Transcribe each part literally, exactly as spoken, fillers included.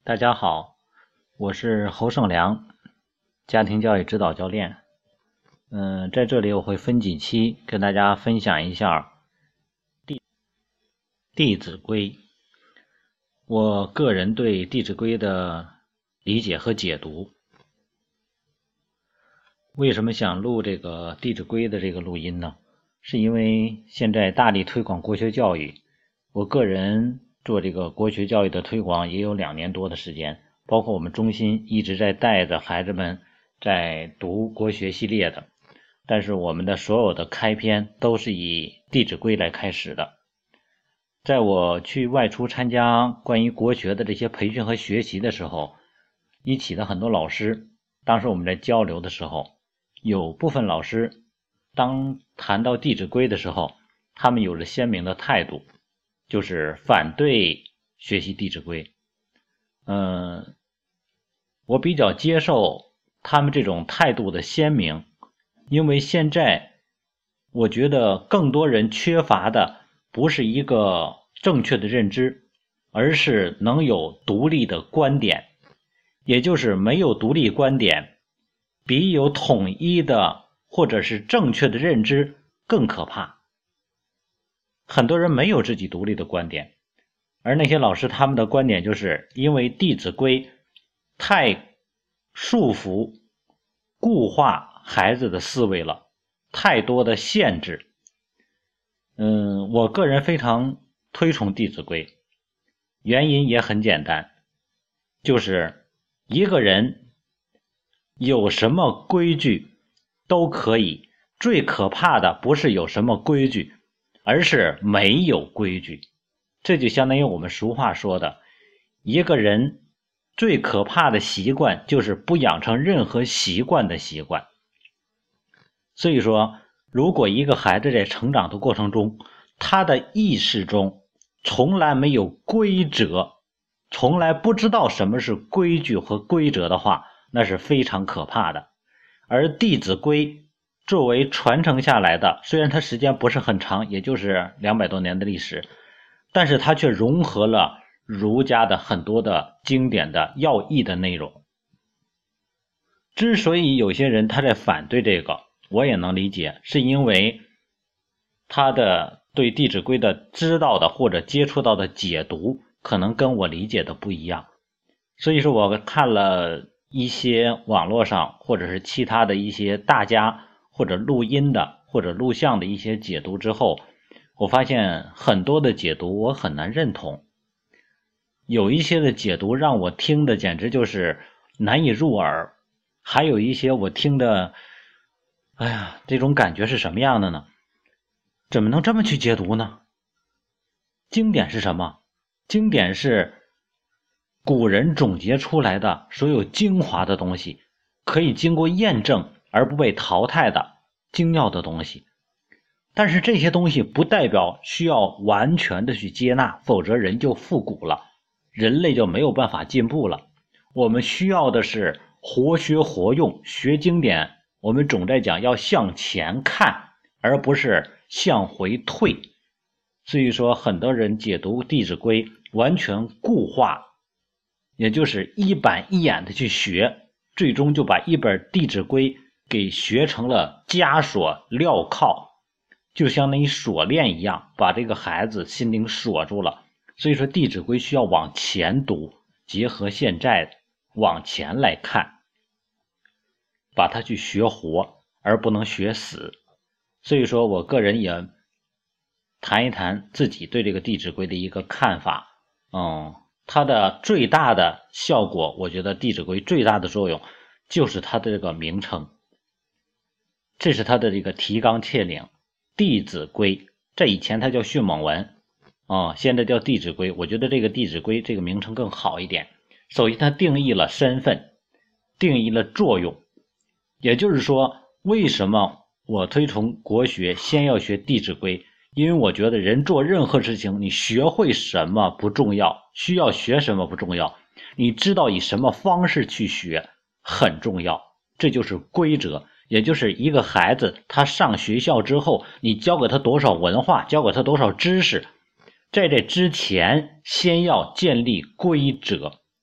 大家好，我是侯胜良，家庭教育指导教练。嗯，在这里我会分几期跟大家分享一下弟弟子规。我个人对弟子规的理解和解读。为什么想录这个弟子规的这个录音呢？是因为现在大力推广国学教育，我个人做这个国学教育的推广也有两年多的时间，包括我们中心一直在带着孩子们在读国学系列的，但是我们的所有的开篇都是以弟子规来开始的。在我去外出参加关于国学的这些培训和学习的时候，一起的很多老师，当时我们在交流的时候，有部分老师当谈到弟子规的时候，他们有着鲜明的态度，就是反对学习弟子规。嗯，我比较接受他们这种态度的鲜明，因为现在我觉得更多人缺乏的不是一个正确的认知，而是能有独立的观点，也就是没有独立观点比有统一的或者是正确的认知更可怕。很多人没有自己独立的观点，而那些老师他们的观点就是因为弟子规太束缚固化孩子的思维了，太多的限制。嗯，我个人非常推崇弟子规，原因也很简单，就是一个人有什么规矩都可以，最可怕的不是有什么规矩，而是没有规矩。这就相当于我们俗话说的，一个人最可怕的习惯就是不养成任何习惯的习惯。所以说，如果一个孩子在成长的过程中，他的意识中从来没有规则，从来不知道什么是规矩和规则的话，那是非常可怕的。而弟子规作为传承下来的，虽然它时间不是很长，也就是两百多年的历史，但是它却融合了儒家的很多的经典的要义的内容。之所以有些人他在反对这个，我也能理解，是因为他的对弟子规的知道的或者接触到的解读可能跟我理解的不一样。所以说我看了一些网络上或者是其他的一些大家或者录音的或者录像的一些解读之后，我发现很多的解读我很难认同，有一些的解读让我听的简直就是难以入耳，还有一些我听的哎呀，这种感觉是什么样的呢？怎么能这么去解读呢？经典是什么？经典是古人总结出来的所有精华的东西，可以经过验证而不被淘汰的精要的东西。但是这些东西不代表需要完全的去接纳，否则人就复古了，人类就没有办法进步了。我们需要的是活学活用，学经典我们总在讲要向前看，而不是向回退。所以说很多人解读弟子规完全固化，也就是一板一眼的去学，最终就把一本弟子规给学成了枷锁镣铐，就相当于锁链一样，把这个孩子心灵锁住了。所以说弟子规需要往前读，结合现在往前来看，把它去学活，而不能学死。所以说我个人也谈一谈自己对这个弟子规的一个看法。嗯，它的最大的效果，我觉得弟子规最大的作用就是它的这个名称，这是它的这个提纲挈领，弟子规，这以前它叫迅猛文啊、嗯，现在叫弟子规。我觉得这个弟子规这个名称更好一点。首先它定义了身份，定义了作用，也就是说为什么我推崇国学先要学弟子规，因为我觉得人做任何事情，你学会什么不重要，需要学什么不重要，你知道以什么方式去学很重要。这就是规则，也就是一个孩子他上学校之后，你教给他多少文化，教给他多少知识，在这之前先要建立规则，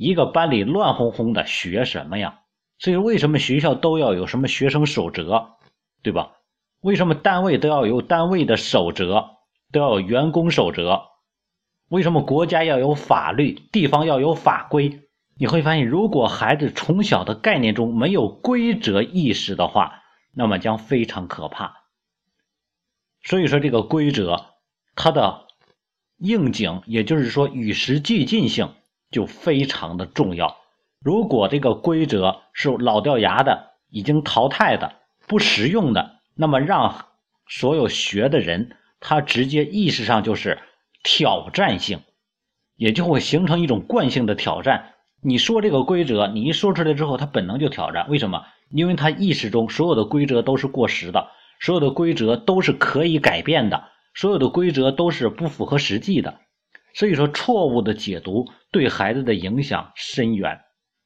一个班里乱哄哄的学什么呀？所以为什么学校都要有什么学生守则，对吧？为什么单位都要有单位的守则，都要有员工守则？为什么国家要有法律，地方要有法规？你会发现，如果孩子从小的概念中没有规则意识的话，那么将非常可怕。所以说这个规则它的应景，也就是说与时俱进性就非常的重要。如果这个规则是老掉牙的，已经淘汰的，不实用的，那么让所有学的人他直接意识上就是挑战性，也就会形成一种惯性的挑战。你说这个规则，你一说出来之后，他本能就挑战。为什么？因为他意识中所有的规则都是过时的，所有的规则都是可以改变的，所有的规则都是不符合实际的。所以说错误的解读对孩子的影响深远。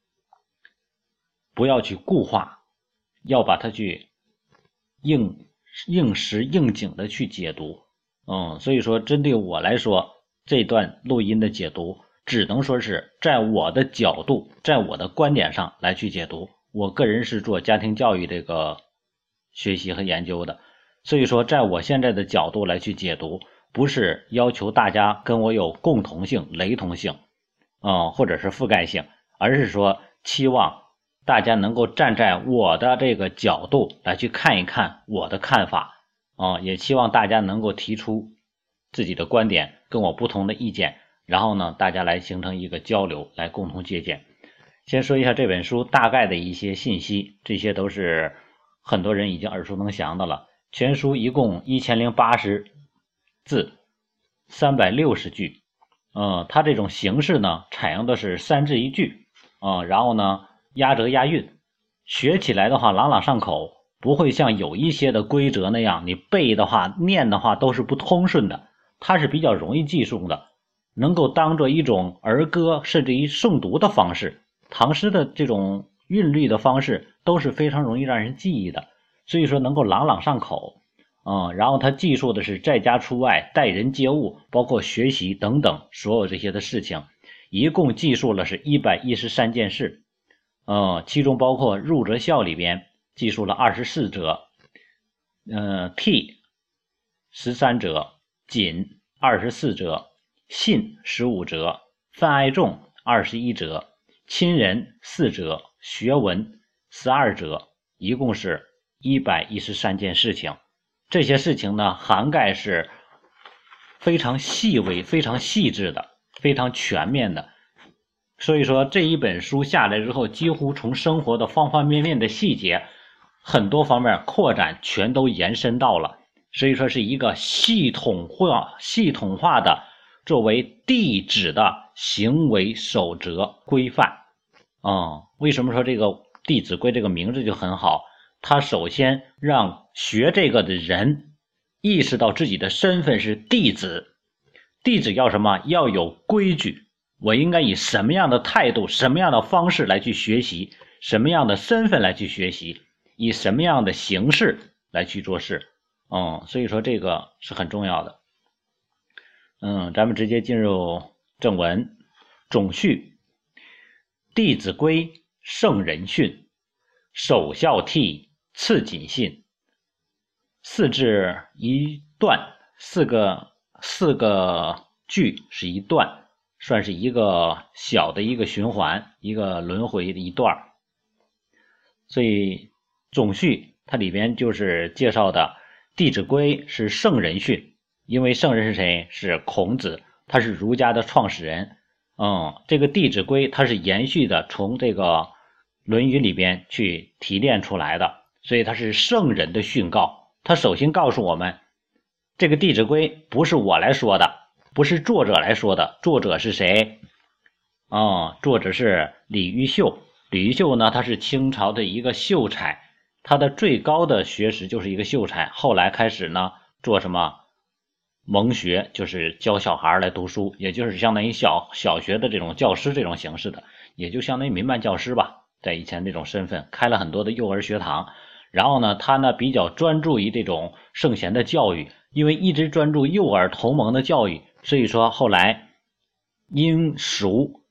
不要去固化，要把它去应应时应景的去解读。嗯，所以说针对我来说，这段录音的解读只能说是在我的角度，在我的观点上来去解读。我个人是做家庭教育这个学习和研究的，所以说在我现在的角度来去解读，不是要求大家跟我有共同性、雷同性，嗯，或者是覆盖性，而是说期望大家能够站在我的这个角度来去看一看我的看法，啊，也希望大家能够提出自己的观点，跟我不同的意见，然后呢，大家来形成一个交流，来共同借鉴。先说一下这本书大概的一些信息，这些都是很多人已经耳熟能详的了。全书一共一千零八十字，三百六十句。嗯，它这种形式呢，采用的是三字一句，嗯，然后呢，押辙押韵，学起来的话朗朗上口，不会像有一些的规则那样，你背的话、念的话都是不通顺的，它是比较容易记住的，能够当做一种儿歌甚至于诵读的方式。唐诗的这种韵律的方式都是非常容易让人记忆的，所以说能够朗朗上口。嗯，然后他记述的是在家出外、待人接物，包括学习等等所有这些的事情，一共记述了是一百一十三件事。嗯，其中包括入则孝里边记述了二十四则，嗯，悌十三则，谨二十四则，信十五则，泛爱众二十一则，亲人四则，学文十二则，一共是一百一十三件事情。这些事情呢，涵盖是非常细微、非常细致的，非常全面的。所以说这一本书下来之后，几乎从生活的方方面面的细节，很多方面扩展，全都延伸到了。所以说是一个系统化、系统化的作为弟子的行为守则规范。嗯，为什么说这个《弟子规》这个名字就很好？它首先让学这个的人意识到自己的身份是弟子，弟子要什么？要有规矩。我应该以什么样的态度、什么样的方式来去学习，什么样的身份来去学习，以什么样的形式来去做事。嗯，所以说这个是很重要的。嗯，咱们直接进入正文。总序：弟子规，圣人训，首孝悌，次谨信。四字一段，四个四个句是一段，算是一个小的一个循环，一个轮回的一段。所以总序它里边就是介绍的弟子规是圣人训，因为圣人是谁？是孔子，他是儒家的创始人。嗯，这个弟子规它是延续的从这个论语里边去提炼出来的，所以它是圣人的训告。他首先告诉我们，这个弟子规不是我来说的，不是作者来说的，作者是谁？哦，作者是李毓秀。李毓秀呢，他是清朝的一个秀才，他的最高的学识就是一个秀才，后来开始呢做什么蒙学，就是教小孩来读书，也就是相当于小小学的这种教师这种形式的，也就相当于民办教师吧，在以前这种身份，开了很多的幼儿学堂。然后呢，他呢比较专注于这种圣贤的教育，因为一直专注幼儿同盟的教育，所以说后来因俗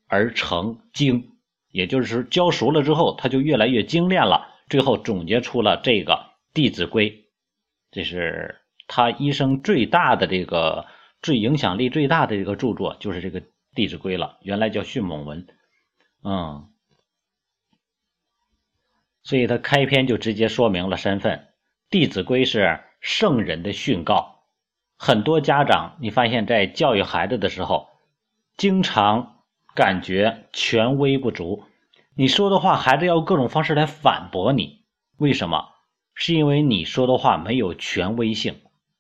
而成精，也就是说教熟了之后他就越来越精炼了，最后总结出了这个《弟子规》，这是他一生最大的这个最影响力最大的这个著作，就是这个《弟子规》了，原来叫迅猛文。嗯，所以他开篇就直接说明了身份，《弟子规》是圣人的训告。很多家长你发现在教育孩子的时候经常感觉权威不足，你说的话孩子要各种方式来反驳你，为什么？是因为你说的话没有权威性。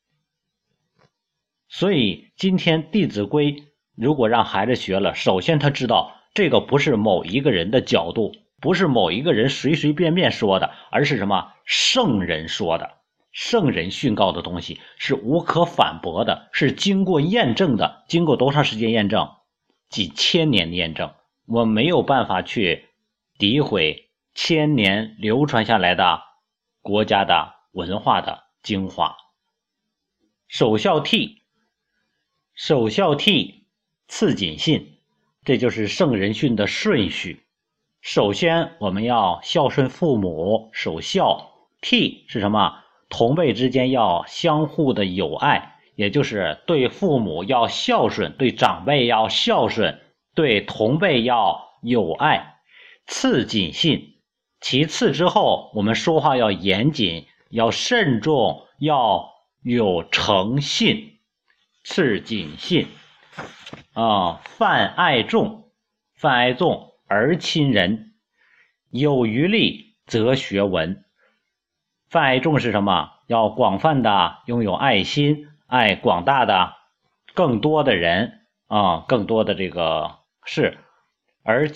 所以今天《弟子规》如果让孩子学了，首先他知道这个不是某一个人的角度，不是某一个人随随便便说的，而是什么？圣人说的，圣人训告的东西是无可反驳的，是经过验证的。经过多长时间验证？几千年的验证。我没有办法去诋毁千年流传下来的国家的文化的精华。首孝悌，首孝悌，次谨信，这就是圣人训的顺序。首先我们要孝顺父母，守孝。悌是什么？同辈之间要相互的友爱，也就是对父母要孝顺，对长辈要孝顺，对同辈要友爱。次谨信，其次之后我们说话要严谨，要慎重，要有诚信。次谨信啊，泛爱众，泛爱众而亲仁，有余力则学文。泛爱众是什么？要广泛的拥有爱心，爱广大的更多的人啊，更多的这个事，而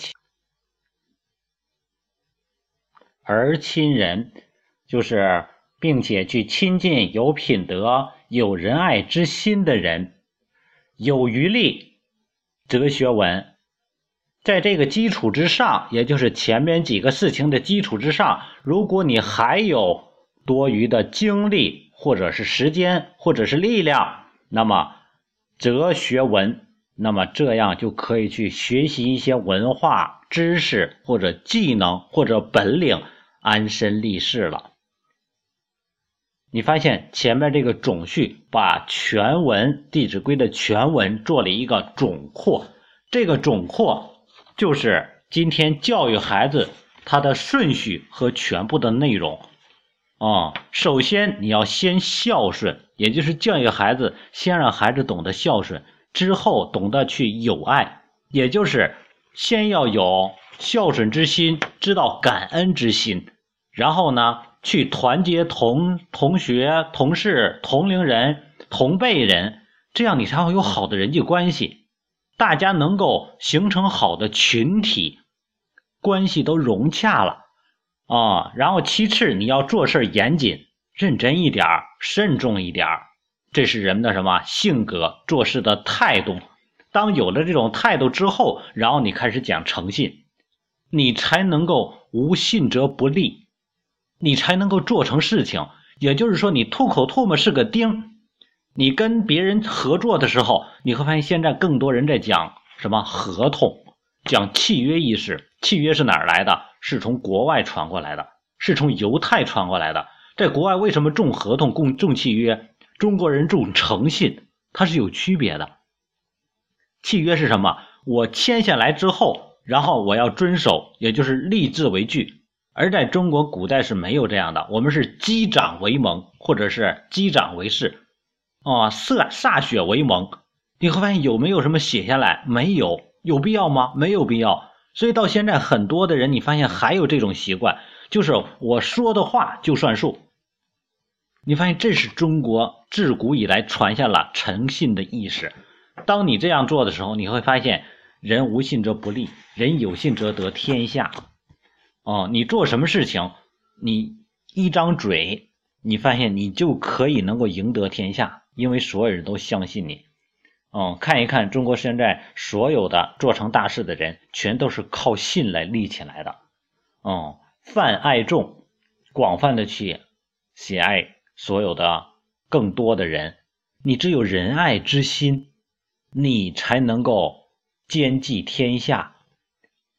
而亲仁就是并且去亲近有品德有仁爱之心的人。有余力则学文，在这个基础之上，也就是前面几个事情的基础之上，如果你还有多余的精力或者是时间或者是力量，那么则学文，那么这样就可以去学习一些文化知识或者技能或者本领，安身立世了。你发现前面这个总序把全文《弟子规》的全文做了一个总括，这个总括就是今天教育孩子他的顺序和全部的内容。哦，首先你要先孝顺，也就是教育孩子，先让孩子懂得孝顺，之后懂得去友爱，也就是先要有孝顺之心，知道感恩之心，然后呢去团结同同学、同事、同龄人、同辈人，这样你才会有好的人际关系，大家能够形成好的群体，关系都融洽了啊。然后其次你要做事严谨，认真一点，慎重一点，这是人们的什么性格，做事的态度。当有了这种态度之后，然后你开始讲诚信，你才能够无信则不立，你才能够做成事情。也就是说你吐口唾沫是个钉，你跟别人合作的时候，你会发现现在更多人在讲什么合同，讲契约意识。契约是哪儿来的？是从国外传过来的，是从犹太传过来的。在国外为什么重合同重重契约，中国人重诚信，它是有区别的。契约是什么？我签下来之后，然后我要遵守，也就是立字为据。而在中国古代是没有这样的，我们是击掌为盟，或者是击掌为誓，哦，歃歃血为盟。你会发现有没有什么写下来？没有。有必要吗？没有必要。所以到现在很多的人，你发现还有这种习惯，就是我说的话就算数。你发现这是中国自古以来传下了诚信的意识。当你这样做的时候，你会发现人无信则不立，人有信则得天下。哦，你做什么事情，你一张嘴，你发现你就可以能够赢得天下，因为所有人都相信你。嗯，看一看中国现在所有的做成大事的人，全都是靠信来立起来的。嗯，泛爱众，广泛的去喜爱所有的更多的人。你只有仁爱之心，你才能够兼济天下，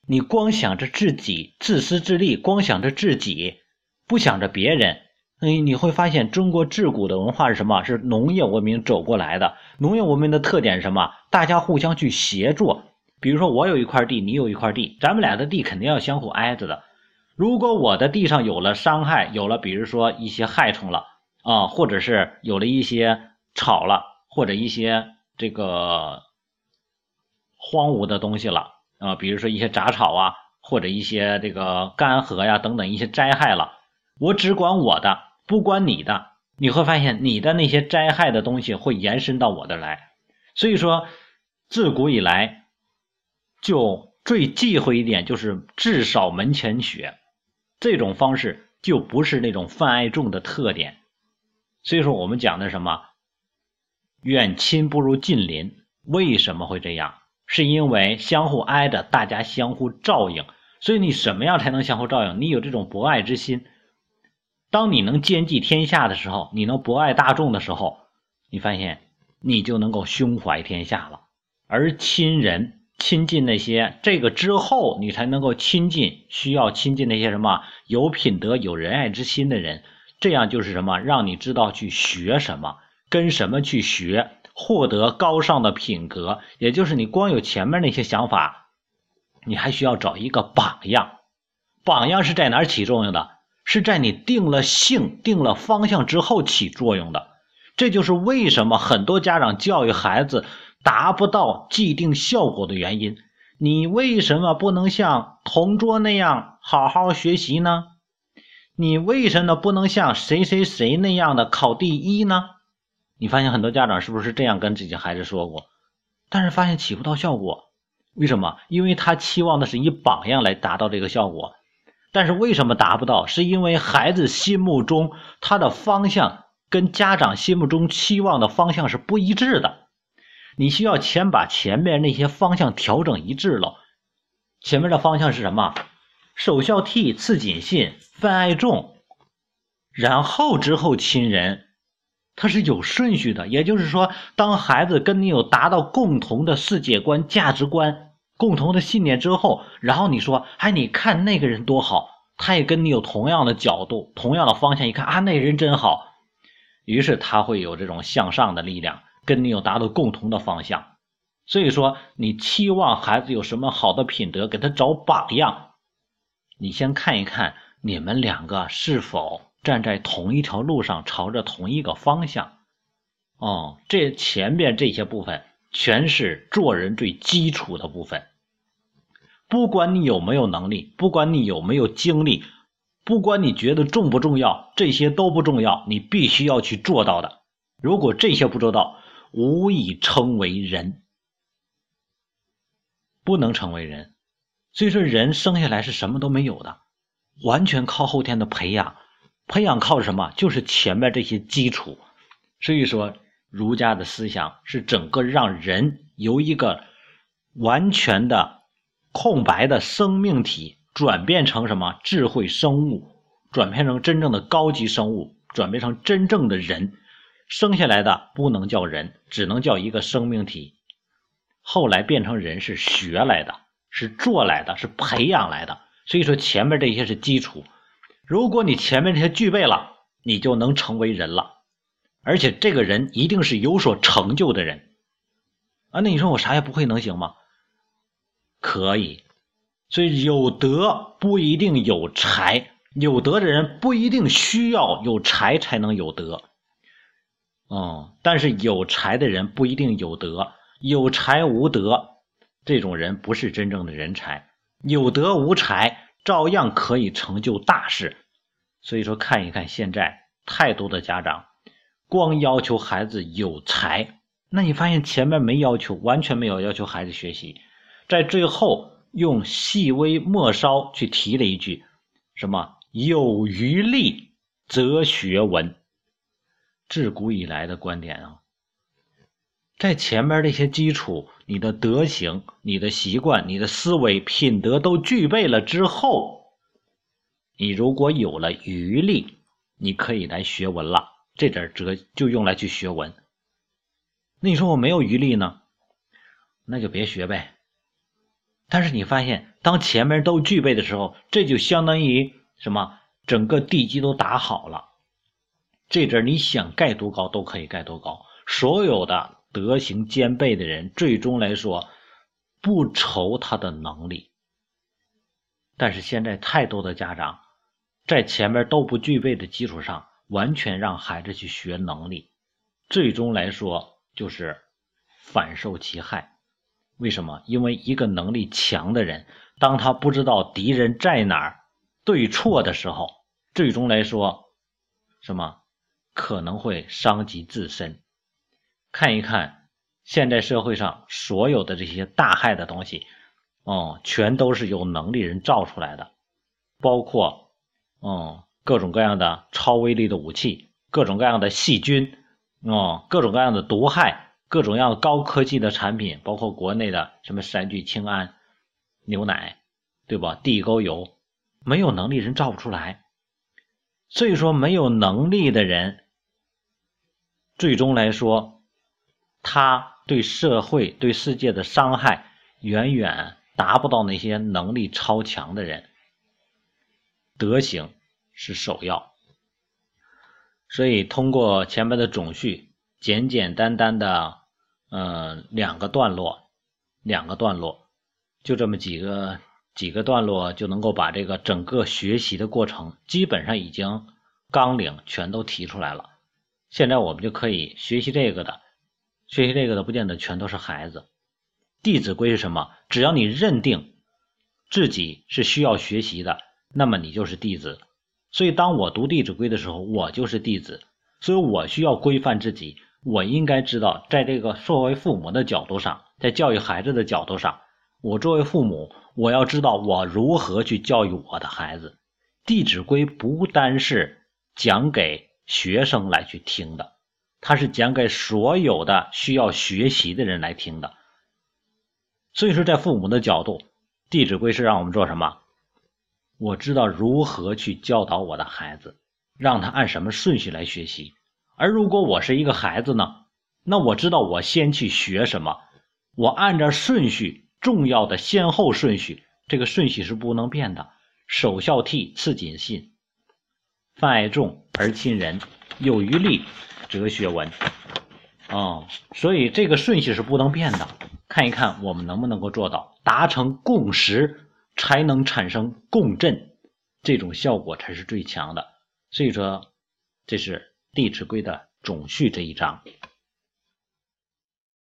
你光想着自己，自私自利，光想着自己，不想着别人。嗯，你会发现中国自古的文化是什么？是农业文明走过来的。农业文明的特点是什么？大家互相去协作。比如说我有一块地，你有一块地，咱们俩的地肯定要相互挨着的。如果我的地上有了伤害，有了比如说一些害虫了啊，或者是有了一些草了，或者一些这个荒芜的东西了啊，比如说一些杂草啊，或者一些这个干涸呀等等一些灾害了，我只管我的，不管你的，你会发现你的那些灾害的东西会延伸到我的来。所以说自古以来就最忌讳一点就是至少门前雪，这种方式就不是那种泛爱众的特点。所以说我们讲的什么远亲不如近邻，为什么会这样？是因为相互挨着，大家相互照应。所以你什么样才能相互照应？你有这种博爱之心。当你能兼济天下的时候，你能博爱大众的时候，你发现你就能够胸怀天下了。而亲人亲近那些这个之后，你才能够亲近需要亲近那些什么有品德有仁爱之心的人。这样就是什么？让你知道去学什么，跟什么去学，获得高尚的品格。也就是你光有前面那些想法，你还需要找一个榜样。榜样是在哪儿起作用的？是在你定了性定了方向之后起作用的。这就是为什么很多家长教育孩子达不到既定效果的原因。你为什么不能像同桌那样好好学习呢？你为什么不能像谁谁谁那样的考第一呢？你发现很多家长是不是这样跟自己孩子说过？但是发现起不到效果。为什么？因为他期望的是以榜样来达到这个效果。但是为什么达不到？是因为孩子心目中他的方向跟家长心目中期望的方向是不一致的。你需要先把前面那些方向调整一致了。前面的方向是什么？首孝悌，次谨信，泛爱众，然后之后亲人，它是有顺序的。也就是说，当孩子跟你有达到共同的世界观、价值观、共同的信念之后，然后你说，哎，你看那个人多好，他也跟你有同样的角度、同样的方向，一看啊，那个人真好，于是他会有这种向上的力量，跟你有达到共同的方向。所以说，你期望孩子有什么好的品德，给他找榜样。你先看一看你们两个是否站在同一条路上，朝着同一个方向。哦，这前面这些部分全是做人最基础的部分。不管你有没有能力，不管你有没有精力，不管你觉得重不重要，这些都不重要，你必须要去做到的。如果这些不做到，无以称为人，不能成为人。所以说人生下来是什么都没有的，完全靠后天的培养。培养靠什么？就是前面这些基础。所以说儒家的思想是整个让人由一个完全的空白的生命体转变成什么？智慧生物，转变成真正的高级生物，转变成真正的人。生下来的不能叫人，只能叫一个生命体。后来变成人是学来的，是做来的，是培养来的。所以说前面这些是基础。如果你前面这些具备了，你就能成为人了。而且这个人一定是有所成就的人啊！那你说我啥也不会能行吗？可以。所以有德不一定有才，有德的人不一定需要有才才能有德。嗯，但是有才的人不一定有德，有才无德，这种人不是真正的人才。有德无才，照样可以成就大事。所以说看一看现在太多的家长光要求孩子有才，那你发现前面没要求，完全没有要求孩子学习，在最后用细微末梢去提了一句什么有余力则学文。自古以来的观点啊，在前面这些基础，你的德行、你的习惯、你的思维、品德都具备了之后，你如果有了余力，你可以来学文了。这点哲就用来去学文。那你说我没有余力呢？那就别学呗。 但是你发现当前面都具备的时候，这就相当于什么？整个地基都打好了，这阵你想盖多高都可以盖多高。所有的德行兼备的人，最终来说不愁他的能力。但是现在太多的家长在前面都不具备的基础上，完全让孩子去学能力，最终来说就是反受其害。为什么？因为一个能力强的人，当他不知道敌人在哪儿对错的时候，最终来说什么可能会伤及自身。看一看现在社会上所有的这些大害的东西，哦，全都是由能力人造出来的，包括嗯各种各样的超威力的武器，各种各样的细菌，哦，各种各样的毒害，各种各样的高科技的产品，包括国内的什么三聚氰胺牛奶，对吧？地沟油，没有能力人造不出来。所以说没有能力的人，最终来说他对社会对世界的伤害远远达不到那些能力超强的人。德行是首要。所以通过前面的总叙，简简单单的呃两个段落两个段落就这么几个几个段落就能够把这个整个学习的过程基本上已经纲领全都提出来了。现在我们就可以学习这个的，学习这个的不见得全都是孩子。弟子规是什么？只要你认定自己是需要学习的，那么你就是弟子。所以当我读弟子规的时候，我就是弟子，所以我需要规范自己。我应该知道，在这个作为父母的角度上，在教育孩子的角度上，我作为父母，我要知道我如何去教育我的孩子。弟子规不单是讲给学生来去听的，它是讲给所有的需要学习的人来听的。所以说在父母的角度，弟子规是让我们做什么？我知道如何去教导我的孩子，让他按什么顺序来学习。而如果我是一个孩子呢，那我知道我先去学什么，我按照顺序，重要的先后顺序，这个顺序是不能变的。首孝悌，次谨信，泛爱众而亲仁，有余力则学文。哦，所以这个顺序是不能变的。看一看我们能不能够做到，达成共识才能产生共振，这种效果才是最强的。所以说这是弟子规的总序这一章。